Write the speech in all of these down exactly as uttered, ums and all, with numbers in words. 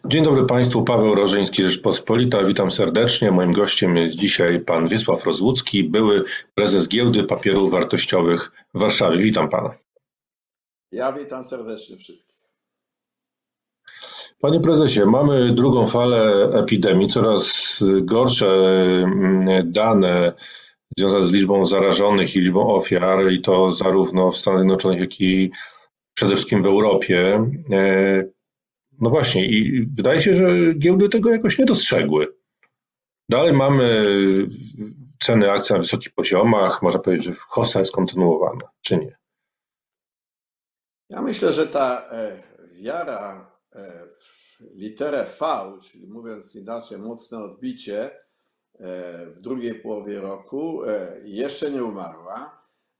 Dzień dobry Państwu, Paweł Rożyński, Rzeczpospolita. Witam serdecznie. Moim gościem jest dzisiaj pan Wiesław Rozłucki, były prezes Giełdy Papierów Wartościowych w Warszawie. Witam pana. Ja witam serdecznie wszystkich. Panie prezesie, mamy drugą falę epidemii, coraz gorsze dane związane z liczbą zarażonych i liczbą ofiar, i to zarówno w Stanach Zjednoczonych, jak i przede wszystkim w Europie. No właśnie, i wydaje się, że giełdy tego jakoś nie dostrzegły. Dalej mamy ceny akcji na wysokich poziomach, można powiedzieć, że hossa jest kontynuowana, czy nie? Ja myślę, że ta wiara w literę V, czyli mówiąc inaczej, mocne odbicie w drugiej połowie roku jeszcze nie umarła.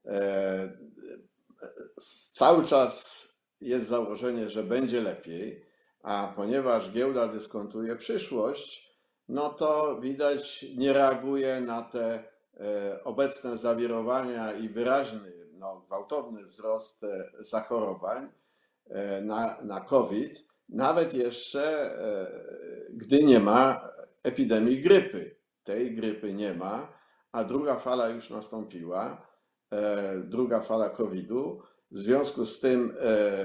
Cały czas jest założenie, że będzie lepiej, a ponieważ giełda dyskontuje przyszłość, no to widać nie reaguje na te obecne zawirowania i wyraźny, no, gwałtowny wzrost zachorowań na, na COVID, nawet jeszcze gdy nie ma epidemii grypy. Tej grypy nie ma, a druga fala już nastąpiła, druga fala kowida. W związku z tym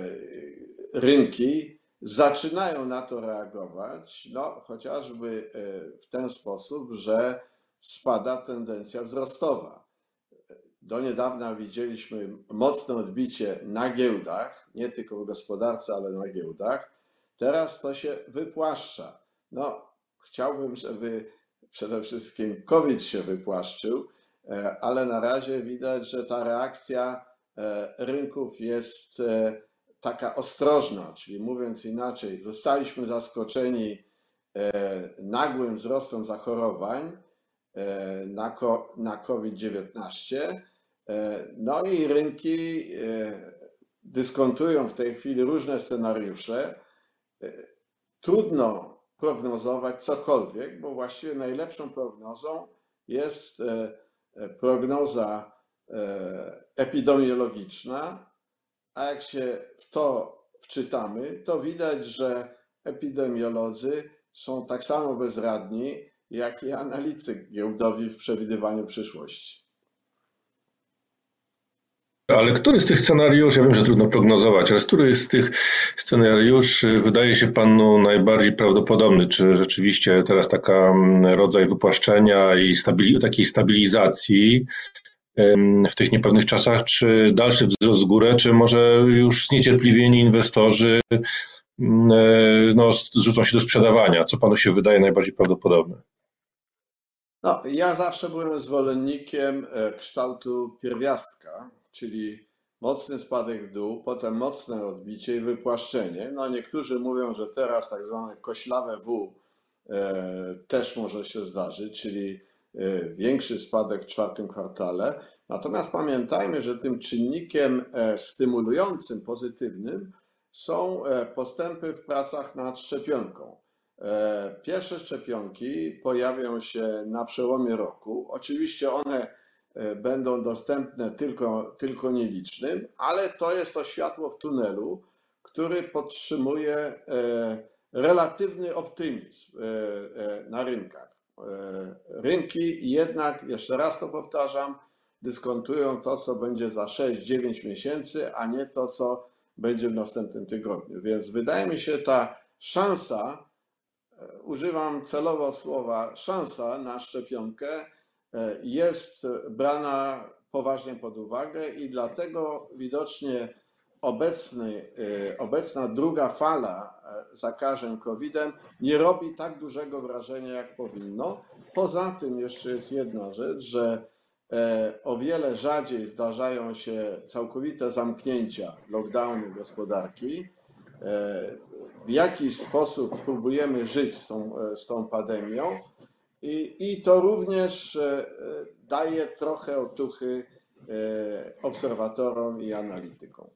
rynki zaczynają na to reagować, no, chociażby w ten sposób, że spada tendencja wzrostowa. Do niedawna widzieliśmy mocne odbicie na giełdach, nie tylko w gospodarce, ale na giełdach. Teraz to się wypłaszcza. No, chciałbym, żeby przede wszystkim COVID się wypłaszczył, ale na razie widać, że ta reakcja rynków jest taka ostrożna, czyli mówiąc inaczej, zostaliśmy zaskoczeni nagłym wzrostem zachorowań na COVID dziewiętnaście, no i rynki dyskontują w tej chwili różne scenariusze. Trudno prognozować cokolwiek, bo właściwie najlepszą prognozą jest prognoza epidemiologiczna, a jak się w to wczytamy, to widać, że epidemiolodzy są tak samo bezradni, jak i analitycy giełdowi w przewidywaniu przyszłości. Ale który z tych scenariuszy, ja wiem, że trudno prognozować, ale który z tych scenariuszy wydaje się panu najbardziej prawdopodobny? Czy rzeczywiście teraz taka rodzaj wypłaszczenia i stabili- takiej stabilizacji w tych niepewnych czasach, czy dalszy wzrost w górę, czy może już zniecierpliwieni inwestorzy no, zrzucą się do sprzedawania? Co panu się wydaje najbardziej prawdopodobne? No, ja zawsze byłem zwolennikiem kształtu pierwiastka, czyli mocny spadek w dół, potem mocne odbicie i wypłaszczenie. No, niektórzy mówią, że teraz tak zwane koślawe W też może się zdarzyć, czyli większy spadek w czwartym kwartale. Natomiast pamiętajmy, że tym czynnikiem stymulującym, pozytywnym są postępy w pracach nad szczepionką. Pierwsze szczepionki pojawią się na przełomie roku. Oczywiście one będą dostępne tylko, tylko nielicznym, ale to jest to światło w tunelu, który podtrzymuje relatywny optymizm na rynkach. Rynki jednak, jeszcze raz to powtarzam, dyskontują to, co będzie za sześć dziewięć miesięcy, a nie to, co będzie w następnym tygodniu. Więc wydaje mi się, ta szansa, używam celowo słowa szansa na szczepionkę, jest brana poważnie pod uwagę i dlatego widocznie obecny, obecna druga fala zakażeń kowidem nie robi tak dużego wrażenia, jak powinno. Poza tym jeszcze jest jedna rzecz, że o wiele rzadziej zdarzają się całkowite zamknięcia, lockdowny gospodarki. W jakiś sposób próbujemy żyć z tą, z tą pandemią i, i to również daje trochę otuchy obserwatorom i analitykom.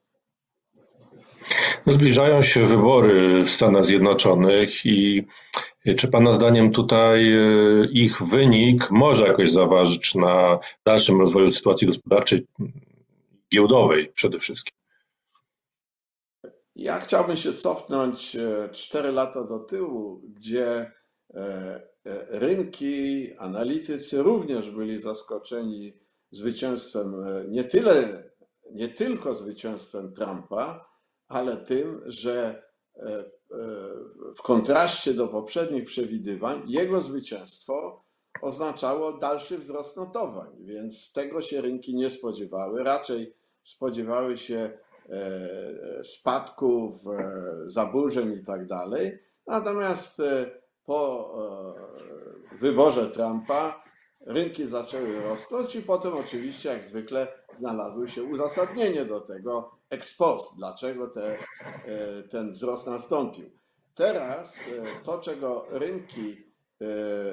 Zbliżają się wybory w Stanach Zjednoczonych i czy pana zdaniem tutaj ich wynik może jakoś zaważyć na dalszym rozwoju sytuacji gospodarczej, giełdowej przede wszystkim? Ja chciałbym się cofnąć cztery lata do tyłu, gdzie e, e, rynki, analitycy również byli zaskoczeni zwycięstwem, e, nie tyle, nie tylko zwycięstwem Trumpa, ale tym, że e, e, w kontraście do poprzednich przewidywań jego zwycięstwo oznaczało dalszy wzrost notowań, więc tego się rynki nie spodziewały. Raczej spodziewały się e, spadków, e, zaburzeń i tak dalej. Natomiast e, po e, wyborze Trumpa rynki zaczęły rosnąć i potem oczywiście jak zwykle znalazło się uzasadnienie do tego ex post, dlaczego te, e, ten wzrost nastąpił. Teraz e, to, czego rynki e,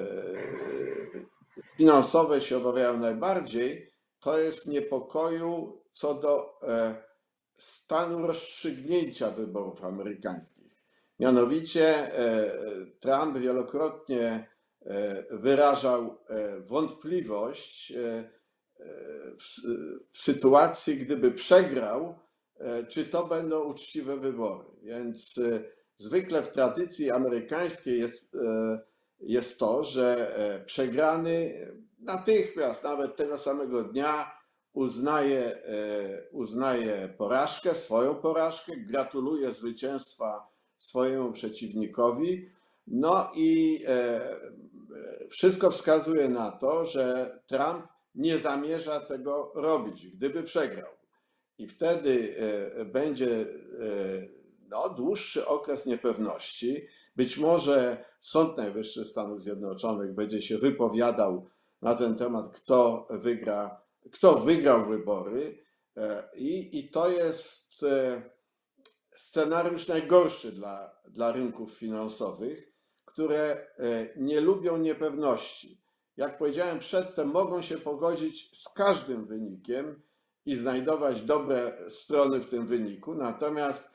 finansowe się obawiają najbardziej, to jest niepokoju co do e, stanu rozstrzygnięcia wyborów amerykańskich. Mianowicie e, Trump wielokrotnie e, wyrażał e, wątpliwość e, w, w sytuacji, gdyby przegrał, e, czy to będą uczciwe wybory. Więc e, zwykle w tradycji amerykańskiej jest, e, jest to, że e, przegrany natychmiast, nawet tego samego dnia uznaje, e, uznaje porażkę, swoją porażkę, gratuluje zwycięstwa swojemu przeciwnikowi. No i e, wszystko wskazuje na to, że Trump nie zamierza tego robić, gdyby przegrał. I wtedy e, będzie e, no, dłuższy okres niepewności. Być może Sąd Najwyższy Stanów Zjednoczonych będzie się wypowiadał na ten temat, kto wygra, kto wygrał wybory. I, i to jest scenariusz najgorszy dla, dla rynków finansowych, które nie lubią niepewności. Jak powiedziałem przedtem, mogą się pogodzić z każdym wynikiem i znajdować dobre strony w tym wyniku, natomiast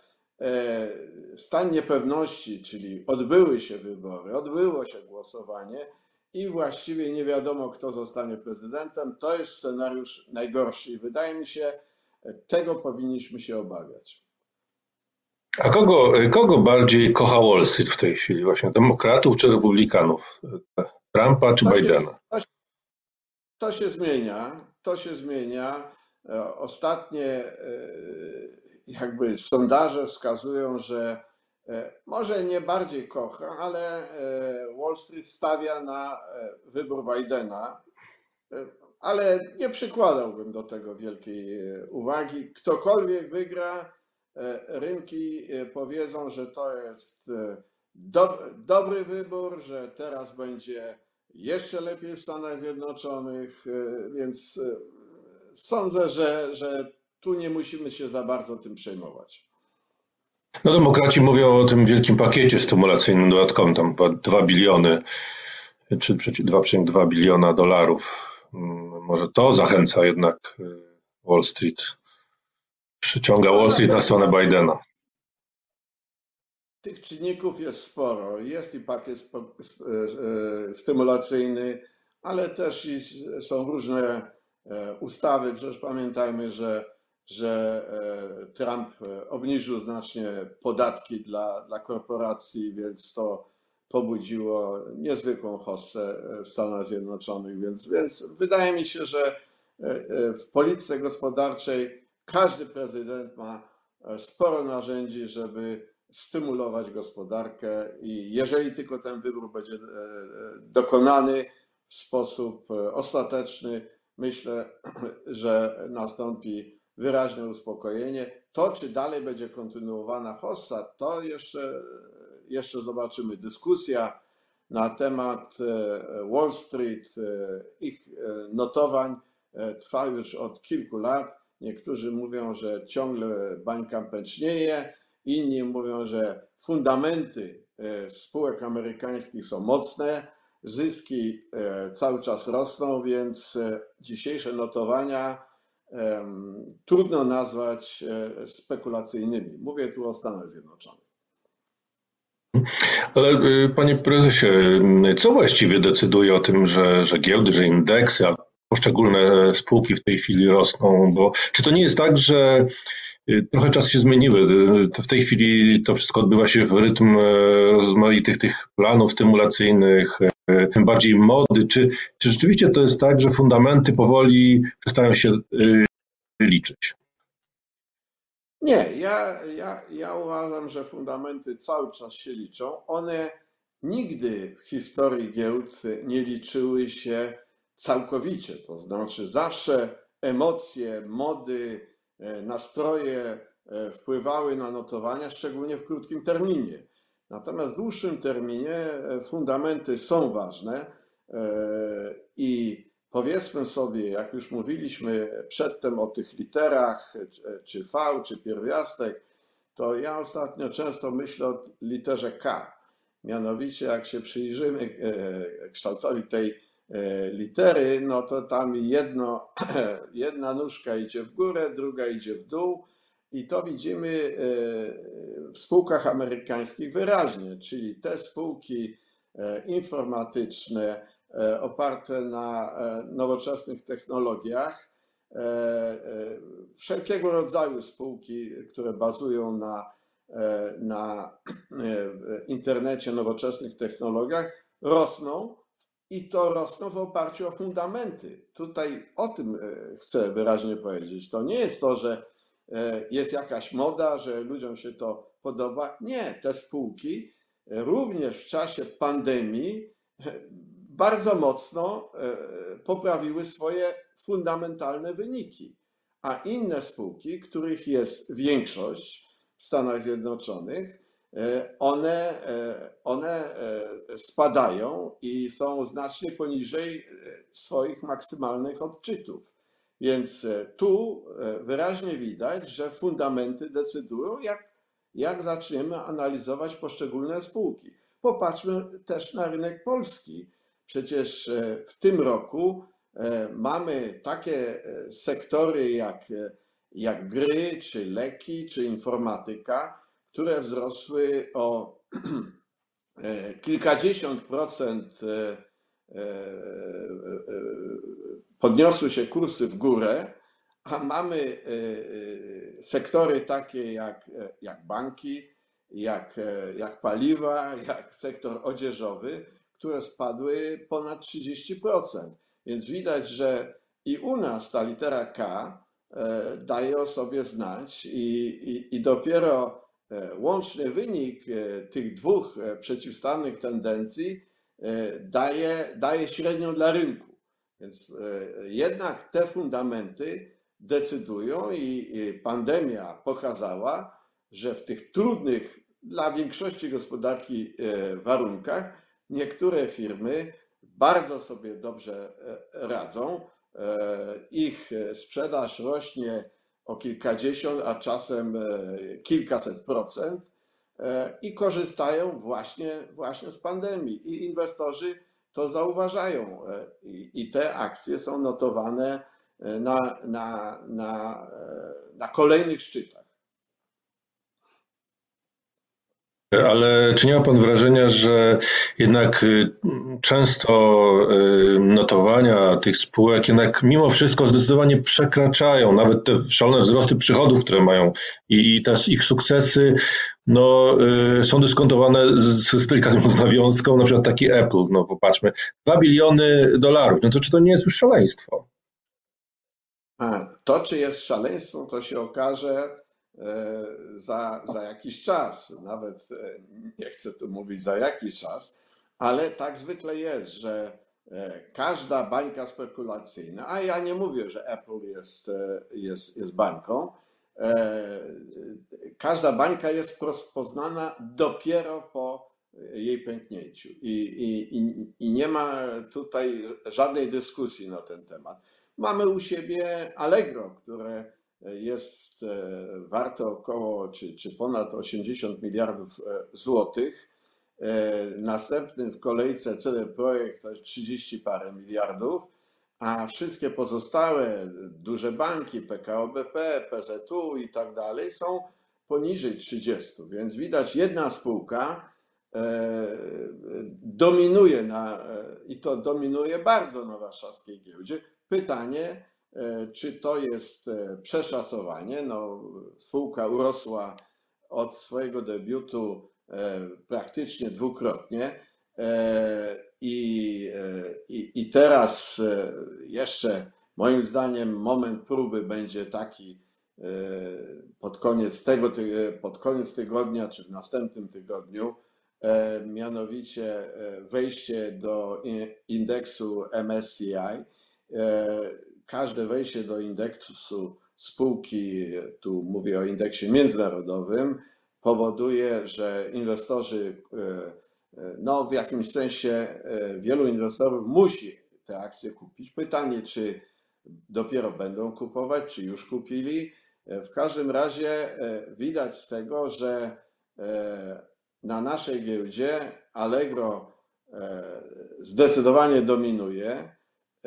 stan niepewności, czyli odbyły się wybory, odbyło się głosowanie i właściwie nie wiadomo, kto zostanie prezydentem, to jest scenariusz najgorszy i wydaje mi się, tego powinniśmy się obawiać. A kogo, kogo bardziej kocha Wall Street w tej chwili? Właśnie demokratów czy republikanów? Trumpa czy To Bidena? się, to, się, to się zmienia, to się zmienia. Ostatnie jakby sondaże wskazują, że może nie bardziej kocha, ale Wall Street stawia na wybór Bidena, ale nie przykładałbym do tego wielkiej uwagi. Ktokolwiek wygra, rynki powiedzą, że to jest do, dobry wybór, że teraz będzie jeszcze lepiej w Stanach Zjednoczonych, więc sądzę, że, że tu nie musimy się za bardzo tym przejmować. No demokraci mówią o tym wielkim pakiecie stymulacyjnym dodatkowym, tam chyba dwa biliony czy dwa przecinek dwa biliona dolarów. Może to zachęca jednak Wall Street, przyciąga Wall Street na stronę Bidena. Tych czynników jest sporo. Jest i pakiet stymulacyjny, ale też i są różne ustawy. Przecież pamiętajmy, że, że Trump obniżył znacznie podatki dla, dla korporacji, więc to pobudziło niezwykłą hossę w Stanach Zjednoczonych. Więc, więc wydaje mi się, że w polityce gospodarczej każdy prezydent ma sporo narzędzi, żeby stymulować gospodarkę i jeżeli tylko ten wybór będzie dokonany w sposób ostateczny, myślę, że nastąpi wyraźne uspokojenie. To, czy dalej będzie kontynuowana hossa, to jeszcze, jeszcze zobaczymy. Dyskusja na temat Wall Street, ich notowań trwa już od kilku lat. Niektórzy mówią, że ciągle bańka pęcznieje, inni mówią, że fundamenty spółek amerykańskich są mocne, zyski cały czas rosną, więc dzisiejsze notowania trudno nazwać spekulacyjnymi. Mówię tu o Stanach Zjednoczonych. Ale panie prezesie, co właściwie decyduje o tym, że, że giełdy, że indeksy, a poszczególne spółki w tej chwili rosną? Bo czy to nie jest tak, że Trochę czasy się zmieniły. W tej chwili to wszystko odbywa się w rytm rozmaitych tych planów stymulacyjnych, tym bardziej mody. Czy, czy rzeczywiście to jest tak, że fundamenty powoli przestają się liczyć? Nie, ja, ja, ja uważam, że fundamenty cały czas się liczą. One nigdy w historii giełd nie liczyły się całkowicie. To znaczy zawsze emocje, mody, nastroje wpływały na notowania, szczególnie w krótkim terminie. Natomiast w dłuższym terminie fundamenty są ważne i powiedzmy sobie, jak już mówiliśmy przedtem o tych literach, czy V, czy pierwiastek, to ja ostatnio często myślę o literze K. Mianowicie, jak się przyjrzymy kształtowi tej litery, no to tam jedno, jedna nóżka idzie w górę, druga idzie w dół i to widzimy w spółkach amerykańskich wyraźnie, czyli te spółki informatyczne, oparte na nowoczesnych technologiach, wszelkiego rodzaju spółki, które bazują na, na internecie, nowoczesnych technologiach, rosną i to rosną w oparciu o fundamenty. Tutaj o tym chcę wyraźnie powiedzieć. To nie jest to, że jest jakaś moda, że ludziom się to podoba. Nie, te spółki również w czasie pandemii bardzo mocno poprawiły swoje fundamentalne wyniki, a inne spółki, których jest większość w Stanach Zjednoczonych, one, one spadają i są znacznie poniżej swoich maksymalnych odczytów. Więc tu wyraźnie widać, że fundamenty decydują, jak, jak zaczniemy analizować poszczególne spółki. Popatrzmy też na rynek polski. Przecież w tym roku mamy takie sektory jak, jak gry, czy leki, czy informatyka, które wzrosły o kilkadziesiąt procent, podniosły się kursy w górę, a mamy sektory takie jak, jak banki, jak, jak paliwa, jak sektor odzieżowy, które spadły ponad trzydzieści procent. Więc widać, że i u nas ta litera K daje o sobie znać i, i, i dopiero łączny wynik tych dwóch przeciwstawnych tendencji daje, daje średnią dla rynku. Więc jednak te fundamenty decydują i pandemia pokazała, że w tych trudnych dla większości gospodarki warunkach niektóre firmy bardzo sobie dobrze radzą. Ich sprzedaż rośnie o kilkadziesiąt, a czasem kilkaset procent i korzystają właśnie, właśnie z pandemii. I inwestorzy to zauważają i, i te akcje są notowane na, na, na, na kolejnych szczytach. Ale czy nie ma pan wrażenia, że jednak często notowania tych spółek jednak mimo wszystko zdecydowanie przekraczają nawet te szalone wzrosty przychodów, które mają i, i te ich sukcesy no, są dyskontowane z, z delikatną nawiązką, na przykład taki Apple, no popatrzmy, dwa biliony dolarów, no to czy to nie jest już szaleństwo? A, to czy jest szaleństwo, to się okaże Za, za jakiś czas, nawet nie chcę tu mówić za jaki czas, ale tak zwykle jest, że każda bańka spekulacyjna, a ja nie mówię, że Apple jest, jest, jest bańką, każda bańka jest rozpoznana dopiero po jej pęknięciu i, i, i, i nie ma tutaj żadnej dyskusji na ten temat. Mamy u siebie Allegro, które jest warte około czy, czy ponad osiemdziesiąt miliardów złotych. Następny w kolejce C D Projekt to jest trzydzieści parę miliardów, a wszystkie pozostałe duże banki, P K O B P, P Z U i tak dalej są poniżej trzydziestu. Więc widać, jedna spółka dominuje na, i to dominuje bardzo na warszawskiej giełdzie. Pytanie, czy to jest przeszacowanie. No, spółka urosła od swojego debiutu praktycznie dwukrotnie i, i, i teraz jeszcze moim zdaniem moment próby będzie taki pod koniec tego, pod koniec tygodnia czy w następnym tygodniu, mianowicie wejście do indeksu M S C I. Każde wejście do indeksu spółki, tu mówię o indeksie międzynarodowym, powoduje, że inwestorzy, no w jakimś sensie wielu inwestorów musi te akcje kupić. Pytanie, czy dopiero będą kupować, czy już kupili. W każdym razie widać z tego, że na naszej giełdzie Allegro zdecydowanie dominuje.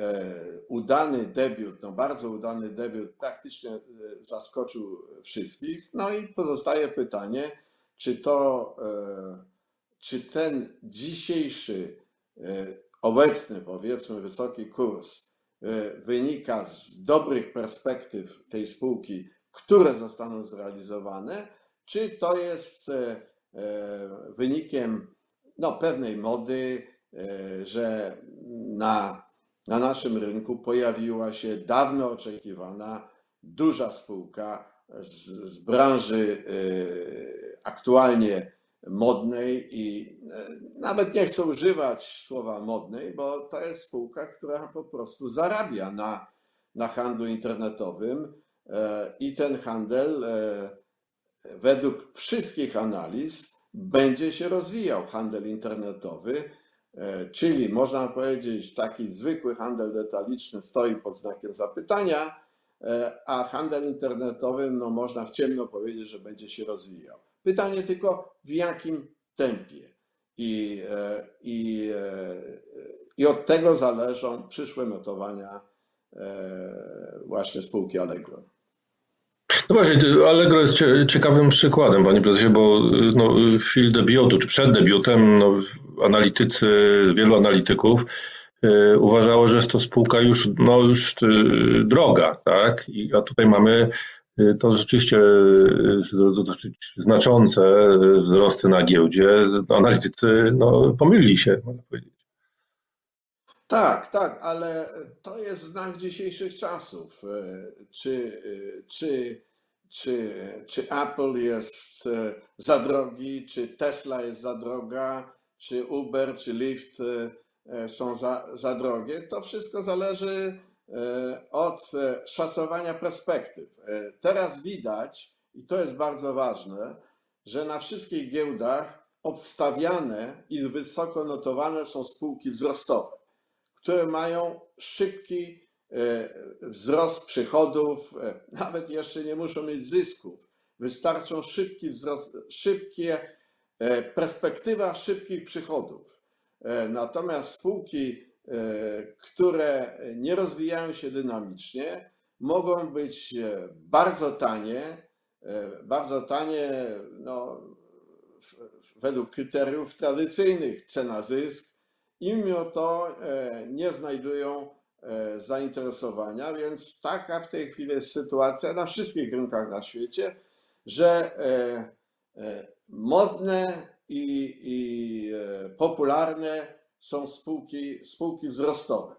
Udany debiut, no bardzo udany debiut, praktycznie zaskoczył wszystkich. No i pozostaje pytanie, czy to, czy ten dzisiejszy, obecny, powiedzmy, wysoki kurs wynika z dobrych perspektyw tej spółki, które zostaną zrealizowane, czy to jest wynikiem no, pewnej mody, że na Na naszym rynku pojawiła się dawno oczekiwana duża spółka z, z branży aktualnie modnej i nawet nie chcę używać słowa modnej, bo to jest spółka, która po prostu zarabia na, na handlu internetowym i ten handel według wszystkich analiz będzie się rozwijał, handel internetowy. Czyli można powiedzieć, taki zwykły handel detaliczny stoi pod znakiem zapytania, a handel internetowy, no można w ciemno powiedzieć, że będzie się rozwijał. Pytanie tylko w jakim tempie. I, i, i od tego zależą przyszłe notowania właśnie spółki Allegro. No właśnie, Allegro jest ciekawym przykładem, panie prezesie, bo no, w chwili debiutu, czy przed debiutem, no, analitycy, wielu analityków y, uważało, że jest to spółka już, no, już y, droga, tak? I, a tutaj mamy y, to rzeczywiście y, dosyć znaczące wzrosty na giełdzie. Analitycy no, pomylili się, można powiedzieć. Tak, tak, ale to jest znak dzisiejszych czasów. Czy, czy, czy, czy Apple jest za drogi, czy Tesla jest za droga, czy Uber, czy Lyft są za, za drogie, to wszystko zależy od szacowania perspektyw. Teraz widać, i to jest bardzo ważne, że na wszystkich giełdach obstawiane i wysoko notowane są spółki wzrostowe, które mają szybki wzrost przychodów, nawet jeszcze nie muszą mieć zysków. Wystarczą szybki wzrost, szybkie, perspektywa szybkich przychodów. Natomiast spółki, które nie rozwijają się dynamicznie, mogą być bardzo tanie, bardzo tanie no, według kryteriów tradycyjnych, cena zysk, i mimo to nie znajdują zainteresowania, więc taka w tej chwili jest sytuacja na wszystkich rynkach na świecie, że modne i, i popularne są spółki, spółki wzrostowe.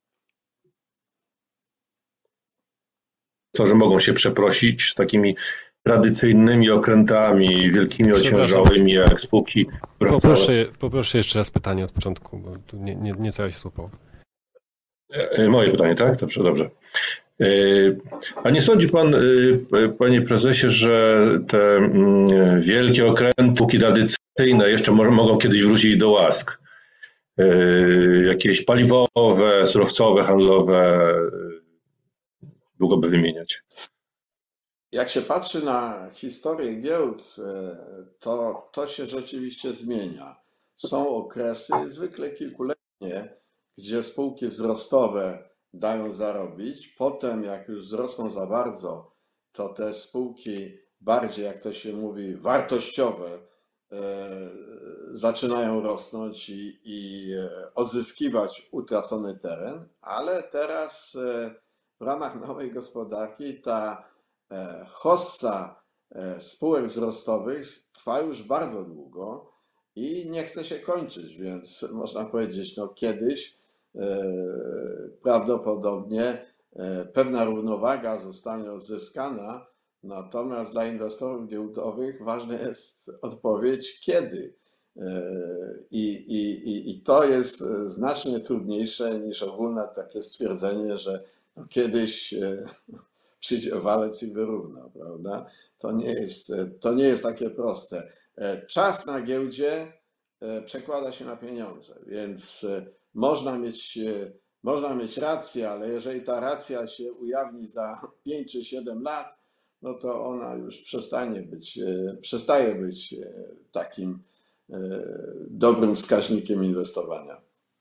To, że mogą się przeprosić z takimi tradycyjnymi okrętami, wielkimi, ociężałymi, jak spółki. Poproszę, poproszę jeszcze raz pytanie od początku, bo tu nie, nie, nie całe się słuchało. Moje pytanie, tak? Dobrze, dobrze. A nie sądzi pan, panie prezesie, że te wielkie okręty, spółki tradycyjne jeszcze może, mogą kiedyś wrócić do łask? Jakieś paliwowe, surowcowe, handlowe, długo by wymieniać. Jak się patrzy na historię giełd, to, to się rzeczywiście zmienia. Są okresy, zwykle kilkuletnie, gdzie spółki wzrostowe dają zarobić. Potem, jak już wzrosną za bardzo, to te spółki bardziej, jak to się mówi, wartościowe zaczynają rosnąć i, i odzyskiwać utracony teren, ale teraz w ramach nowej gospodarki ta hossa spółek wzrostowych trwa już bardzo długo i nie chce się kończyć, więc można powiedzieć, no kiedyś prawdopodobnie pewna równowaga zostanie odzyskana, natomiast dla inwestorów giełdowych ważna jest odpowiedź kiedy. I, i, I to jest znacznie trudniejsze niż ogólne takie stwierdzenie, że no kiedyś przyjdzie walec i wyrówna, prawda? To nie jest, to nie jest takie proste. Czas na giełdzie przekłada się na pieniądze, więc można mieć, można mieć rację, ale jeżeli ta racja się ujawni za pięć czy siedem lat, no to ona już przestanie być, przestaje być takim dobrym wskaźnikiem inwestowania.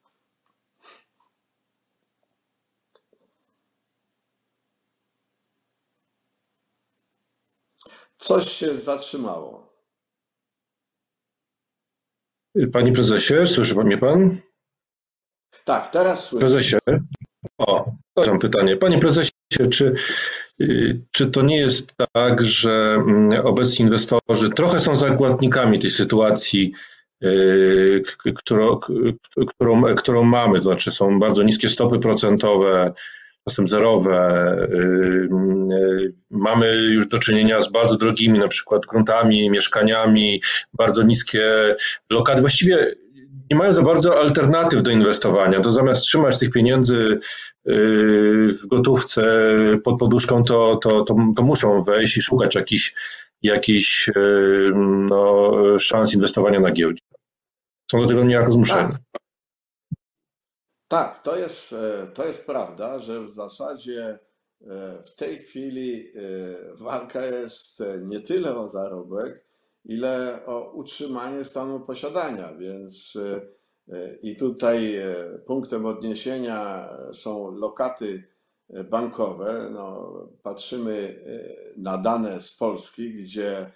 Coś się zatrzymało. Panie prezesie, słyszy mnie pan? Tak, teraz słyszę. Prezesie, o, mam pytanie. Panie prezesie, czy, czy to nie jest tak, że obecni inwestorzy trochę są zakładnikami tej sytuacji, którą, którą, którą mamy, to znaczy są bardzo niskie stopy procentowe, czasem zerowe. Mamy już do czynienia z bardzo drogimi na przykład gruntami, mieszkaniami, bardzo niskie lokaty. Właściwie nie mają za bardzo alternatyw do inwestowania. To zamiast trzymać tych pieniędzy w gotówce pod poduszką, to, to, to, to muszą wejść i szukać jakichś jakichś no, szans inwestowania na giełdzie. Są do tego niejako zmuszeni. Tak. Tak, to jest, to jest prawda, że w zasadzie w tej chwili walka jest nie tyle o zarobek, ile o utrzymanie stanu posiadania, więc i tutaj punktem odniesienia są lokaty bankowe. No, patrzymy na dane z Polski, gdzie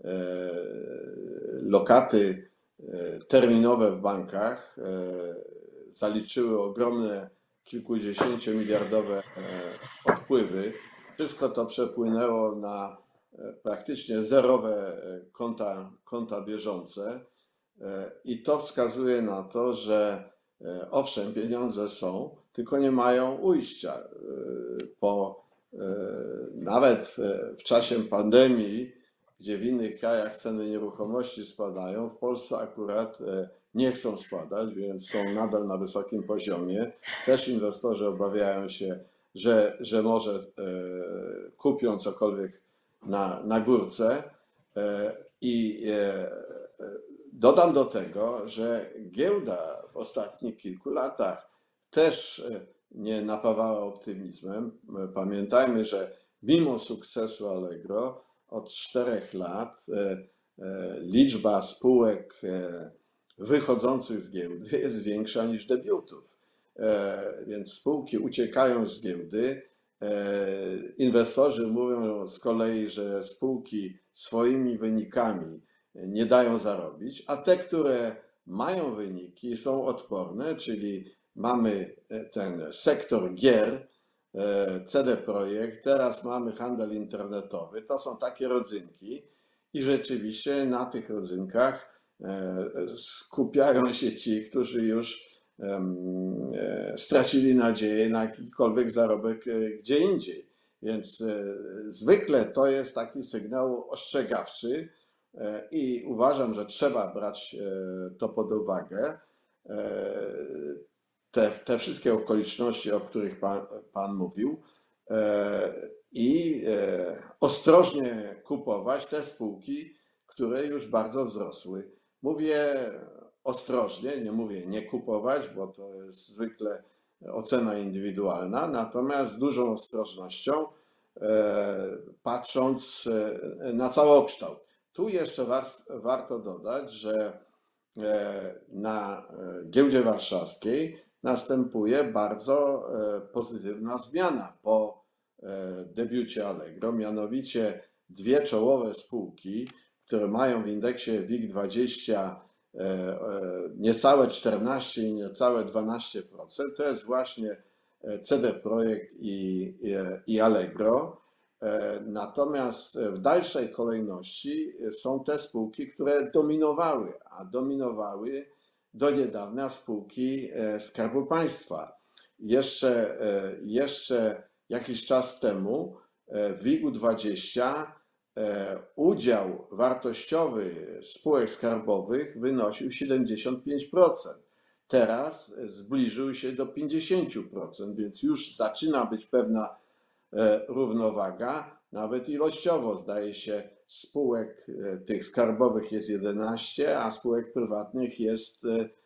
lokaty terminowe w bankach zaliczyły ogromne kilkudziesięciomiliardowe odpływy. Wszystko to przepłynęło na praktycznie zerowe konta, konta bieżące i to wskazuje na to, że owszem, pieniądze są, tylko nie mają ujścia. Po, nawet w czasie pandemii, gdzie w innych krajach ceny nieruchomości spadają, w Polsce akurat nie chcą spadać, więc są nadal na wysokim poziomie. Też inwestorzy obawiają się, że, że może e, kupią cokolwiek na, na górce. E, I e, dodam do tego, że giełda w ostatnich kilku latach też nie napawała optymizmem. Pamiętajmy, że mimo sukcesu Allegro od czterech lat e, e, liczba spółek e, wychodzących z giełdy jest większa niż debiutów. Więc spółki uciekają z giełdy. Inwestorzy mówią z kolei, że spółki swoimi wynikami nie dają zarobić, a te, które mają wyniki, są odporne, czyli mamy ten sektor gier, C D Projekt, teraz mamy handel internetowy. To są takie rodzynki i rzeczywiście na tych rodzynkach skupiają się ci, którzy już stracili nadzieję na jakikolwiek zarobek gdzie indziej. Więc zwykle to jest taki sygnał ostrzegawczy i uważam, że trzeba brać to pod uwagę. Te, te wszystkie okoliczności, o których pan, pan mówił, i ostrożnie kupować te spółki, które już bardzo wzrosły. Mówię ostrożnie, nie mówię nie kupować, bo to jest zwykle ocena indywidualna, natomiast z dużą ostrożnością, patrząc na całokształt. Tu jeszcze warto dodać, że na giełdzie warszawskiej następuje bardzo pozytywna zmiana po debiucie Allegro, mianowicie dwie czołowe spółki, które mają w indeksie W I G dwadzieścia niecałe czternaście i niecałe dwanaście procent, to jest właśnie C D Projekt i, i Allegro. Natomiast w dalszej kolejności są te spółki, które dominowały, a dominowały do niedawna spółki Skarbu Państwa. Jeszcze, jeszcze jakiś czas temu w W I G dwadzieścia udział wartościowy spółek skarbowych wynosił siedemdziesiąt pięć procent. Teraz zbliżył się do pięćdziesiąt procent, więc już zaczyna być pewna równowaga. Nawet ilościowo zdaje się spółek tych skarbowych jest jedenaście, a spółek prywatnych jest,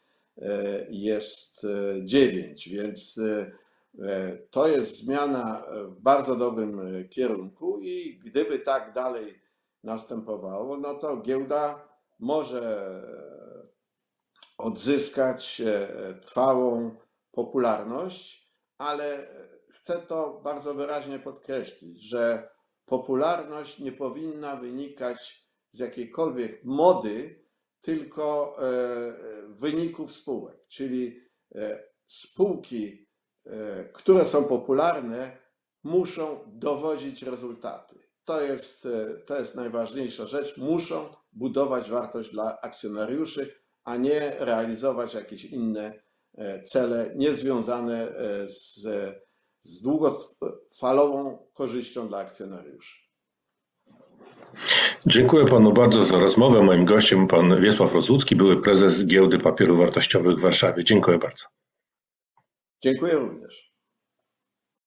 jest dziewięć, więc to jest zmiana w bardzo dobrym kierunku i gdyby tak dalej następowało, no to giełda może odzyskać trwałą popularność, ale chcę to bardzo wyraźnie podkreślić, że popularność nie powinna wynikać z jakiejkolwiek mody, tylko wyników spółek, czyli spółki, które są popularne, muszą dowodzić rezultaty. To jest, to jest najważniejsza rzecz. Muszą budować wartość dla akcjonariuszy, a nie realizować jakieś inne cele niezwiązane z, z długofalową korzyścią dla akcjonariuszy. Dziękuję panu bardzo za rozmowę. Moim gościem pan Wiesław Rosłucki, były prezes Giełdy Papierów Wartościowych w Warszawie. Dziękuję bardzo. Dziękuję również.